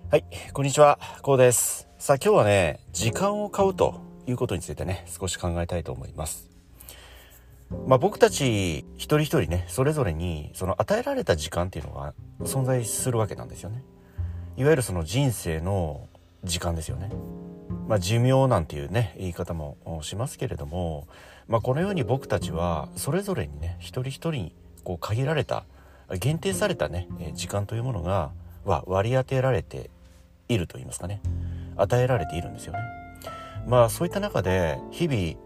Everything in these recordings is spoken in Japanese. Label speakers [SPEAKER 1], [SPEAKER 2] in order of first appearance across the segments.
[SPEAKER 1] はい、こんにちは、こうです。さあ今日はね、時間を買うということについてね、少し考えたいと思います。僕たち一人一人ね、それぞれにその与えられた時間っていうのが存在するわけなんですよね。いわゆるその人生の時間ですよね。寿命なんていうね、言い方もしますけれども、このように僕たちはそれぞれにね、一人一人にこう限られた、限定されたね、時間というものが割り当てられていると言いますかね、与えられているんですよね。そういった中で日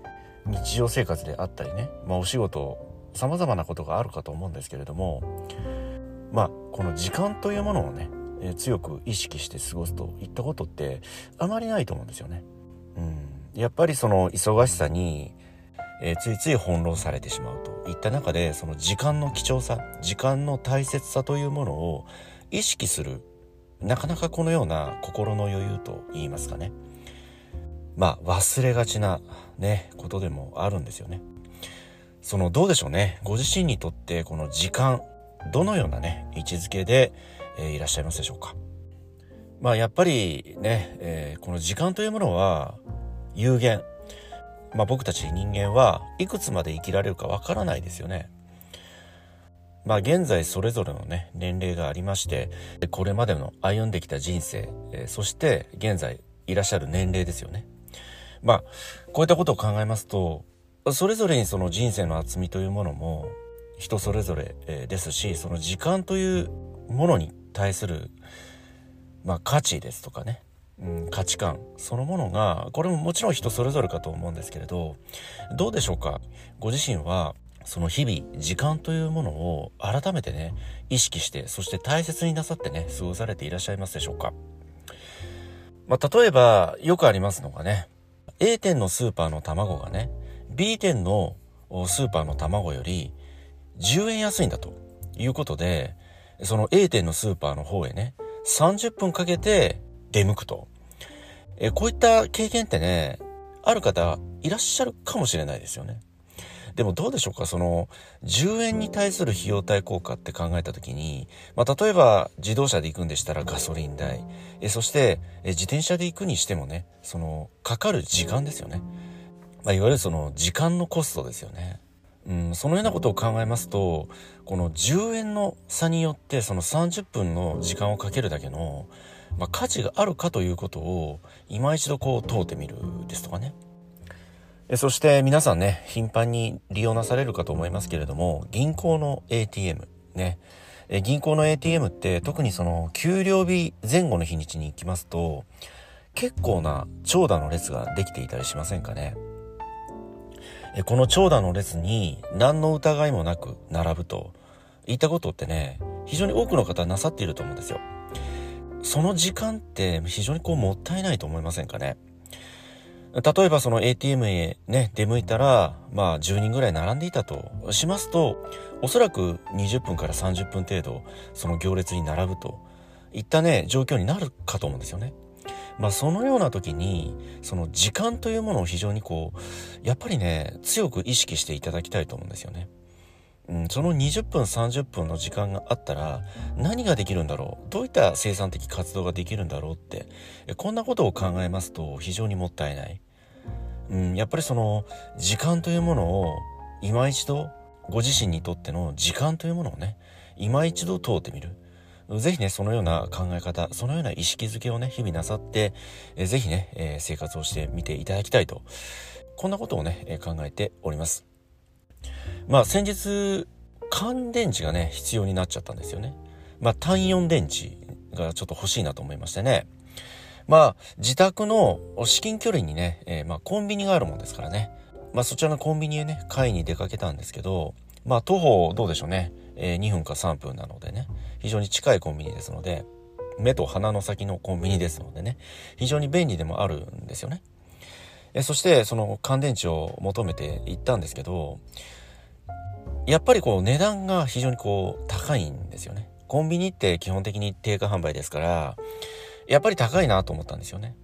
[SPEAKER 1] 々日常生活であったりね、お仕事様々なことがあるかと思うんですけれども、この時間というものをね、強く意識して過ごすといったことってあまりないと思うんですよね。やっぱりその忙しさに、ついつい翻弄されてしまうといった中で、その時間の貴重さ、時間の大切さというものを意識する、なかなかこのような心の余裕と言いますかね、忘れがちなねことでもあるんですよね。どうでしょうね、ご自身にとってこの時間、どのようなね位置づけで、いらっしゃいますでしょうか。やっぱりね、この時間というものは有限、僕たち人間はいくつまで生きられるかわからないですよね。現在それぞれのね年齢がありまして、これまでの歩んできた人生、そして現在いらっしゃる年齢ですよね。こういったことを考えますと、それぞれにその人生の厚みというものも人それぞれですし、その時間というものに対する価値ですとかね、価値観そのものが、これももちろん人それぞれかと思うんですけれど、どうでしょうか。ご自身はその日々時間というものを改めてね意識して、そして大切になさってね過ごされていらっしゃいますでしょうか。例えばよくありますのがね、A 店のスーパーの卵がね B 店のスーパーの卵より10円安いんだということで、その A 店のスーパーの方へね30分かけて出向くと、こういった経験ってね、ある方いらっしゃるかもしれないですよね。でもどうでしょうか。その10円に対する費用対効果って考えた時に、例えば自動車で行くんでしたらガソリン代、そして自転車で行くにしてもね、そのかかる時間ですよね。いわゆるその時間のコストですよね。そのようなことを考えますと、この10円の差によってその30分の時間をかけるだけの、価値があるかということを今一度問うてみるですとかね。そして皆さんね、頻繁に利用なされるかと思いますけれども、銀行の ATM ね、銀行の ATM って特にその給料日前後の日にちに行きますと、結構な長蛇の列ができていたりしませんかね。この長蛇の列に何の疑いもなく並ぶといったことってね、非常に多くの方なさっていると思うんですよ。その時間って非常にもったいないと思いませんかね。例えばその ATM へね出向いたら10人ぐらい並んでいたとしますと、おそらく20分から30分程度その行列に並ぶといったね状況になるかと思うんですよね。そのような時にその時間というものを非常にやっぱりね強く意識していただきたいと思うんですよね。その20分30分の時間があったら何ができるんだろう、どういった生産的活動ができるんだろうって、こんなことを考えますと非常にもったいない。やっぱりその時間というものを今一度、ご自身にとっての時間というものをね今一度問うてみる。ぜひねそのような考え方、そのような意識づけをね日々なさって、ぜひね、生活をしてみていただきたいと、こんなことをね、考えております。先日乾電池がね必要になっちゃったんですよね。単4電池がちょっと欲しいなと思いましてね。自宅の至近距離にね、コンビニがあるもんですからね、そちらのコンビニへね買いに出かけたんですけど、徒歩どうでしょうね、2分か3分なのでね、非常に近いコンビニですので、目と鼻の先のコンビニですのでね、非常に便利でもあるんですよね。そしてその乾電池を求めて行ったんですけど、やっぱり値段が非常に高いんですよね。コンビニって基本的に定価販売ですから、やっぱり高いなと思ったんですよね。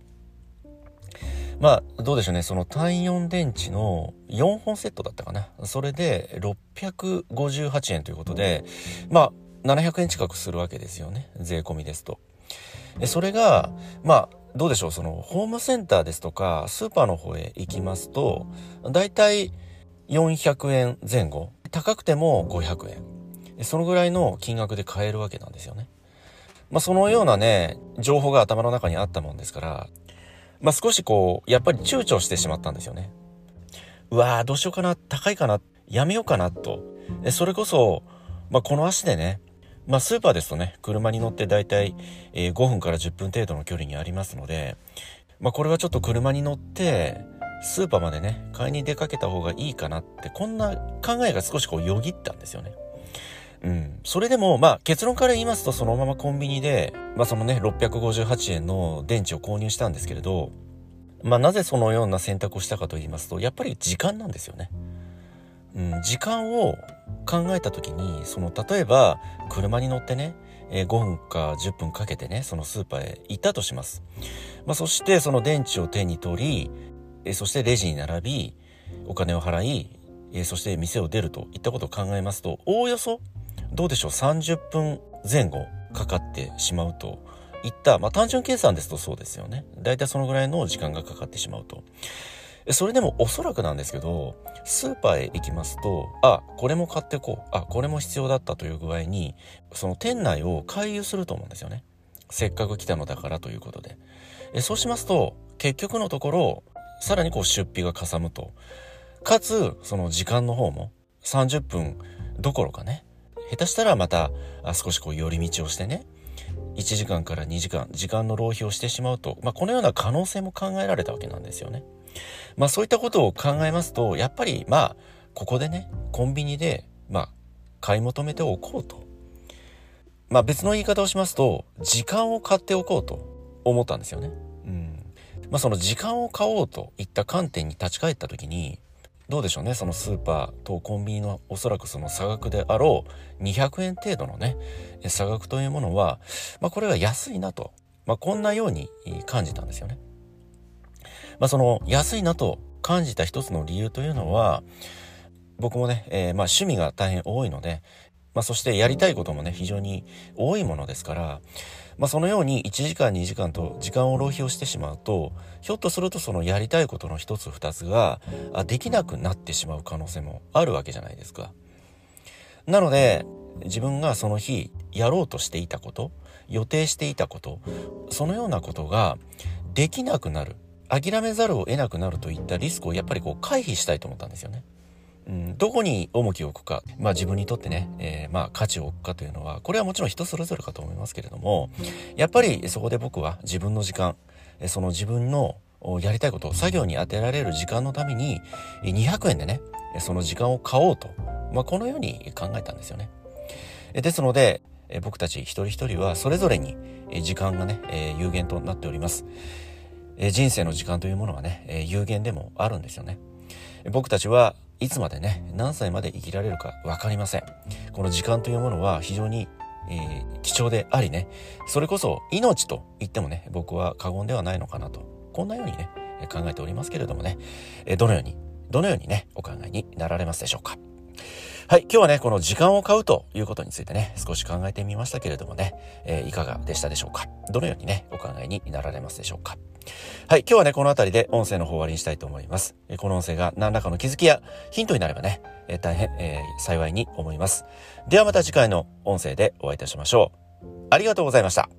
[SPEAKER 1] どうでしょうね、その単4電池の4本セットだったかな、それで658円ということで、700円近くするわけですよね、税込みですと。 それが、どうでしょう、そのホームセンターですとかスーパーの方へ行きますと、だいたい400円前後、高くても500円。そのぐらいの金額で買えるわけなんですよね。そのようなね、情報が頭の中にあったもんですから、少しやっぱり躊躇してしまったんですよね。うわー、どうしようかな、高いかな、やめようかなと。それこそ、この足でね、スーパーですとね、車に乗ってだいたい5分から10分程度の距離にありますので、これはちょっと車に乗ってスーパーまでね、買いに出かけた方がいいかなって、こんな考えが少しよぎったんですよね。それでも結論から言いますと、そのままコンビニでそのね658円の電池を購入したんですけれど、なぜそのような選択をしたかと言いますと、やっぱり時間なんですよね。時間を考えた時に、例えば車に乗ってね、5分か10分かけてね、そのスーパーへ行ったとします。そしてその電池を手に取り、そしてレジに並び、お金を払い、そして店を出るといったことを考えますと、おおよそどうでしょう、30分前後かかってしまうといった、単純計算ですとそうですよね。だいたいそのぐらいの時間がかかってしまうと。それでもおそらくなんですけど、スーパーへ行きますと、これも買ってこう、これも必要だったという具合に、その店内を回遊すると思うんですよね。せっかく来たのだからということで。そうしますと、結局のところ、さらに出費がかさむと。かつ、その時間の方も30分どころかね、下手したらまた少し寄り道をしてね、1時間から2時間、時間の浪費をしてしまうと、このような可能性も考えられたわけなんですよね。そういったことを考えますと、やっぱりここでね、コンビニで買い求めておこうと。別の言い方をしますと、時間を買っておこうと思ったんですよね。その時間を買おうといった観点に立ち返った時に、どうでしょうね、そのスーパーとコンビニのおそらくその差額であろう200円程度のね、差額というものは、これは安いなと、こんなように感じたんですよね。その安いなと感じた一つの理由というのは、僕もね、趣味が大変多いので、そしてやりたいこともね、非常に多いものですから、そのように1時間2時間と時間を浪費をしてしまうと、ひょっとするとそのやりたいことの一つ二つができなくなってしまう可能性もあるわけじゃないですか。なので、自分がその日やろうとしていたこと、予定していたこと、そのようなことができなくなる、諦めざるを得なくなるといったリスクをやっぱり回避したいと思ったんですよね。どこに重きを置くか、自分にとってね、価値を置くかというのは、これはもちろん人それぞれかと思いますけれども、やっぱりそこで僕は自分の時間、その自分のやりたいこと、作業に当てられる時間のために200円でね、その時間を買おうと、このように考えたんですよね。ですので、僕たち一人一人はそれぞれに時間がね、有限となっております。人生の時間というものはね、有限でもあるんですよね。僕たちはいつまでね、何歳まで生きられるか分かりません。この時間というものは非常に、貴重でありね、それこそ命と言ってもね、僕は過言ではないのかなと、こんなようにね、考えておりますけれどもね、どのようにね、お考えになられますでしょうか。はい、今日はね、この時間を買うということについてね、少し考えてみましたけれどもね、いかがでしたでしょうか。どのようにね、お考えになられますでしょうか。はい、今日はね、この辺りで音声の方終わりにしたいと思います。この音声が何らかの気づきやヒントになればね、大変、幸いに思います。ではまた次回の音声でお会いいたしましょう。ありがとうございました。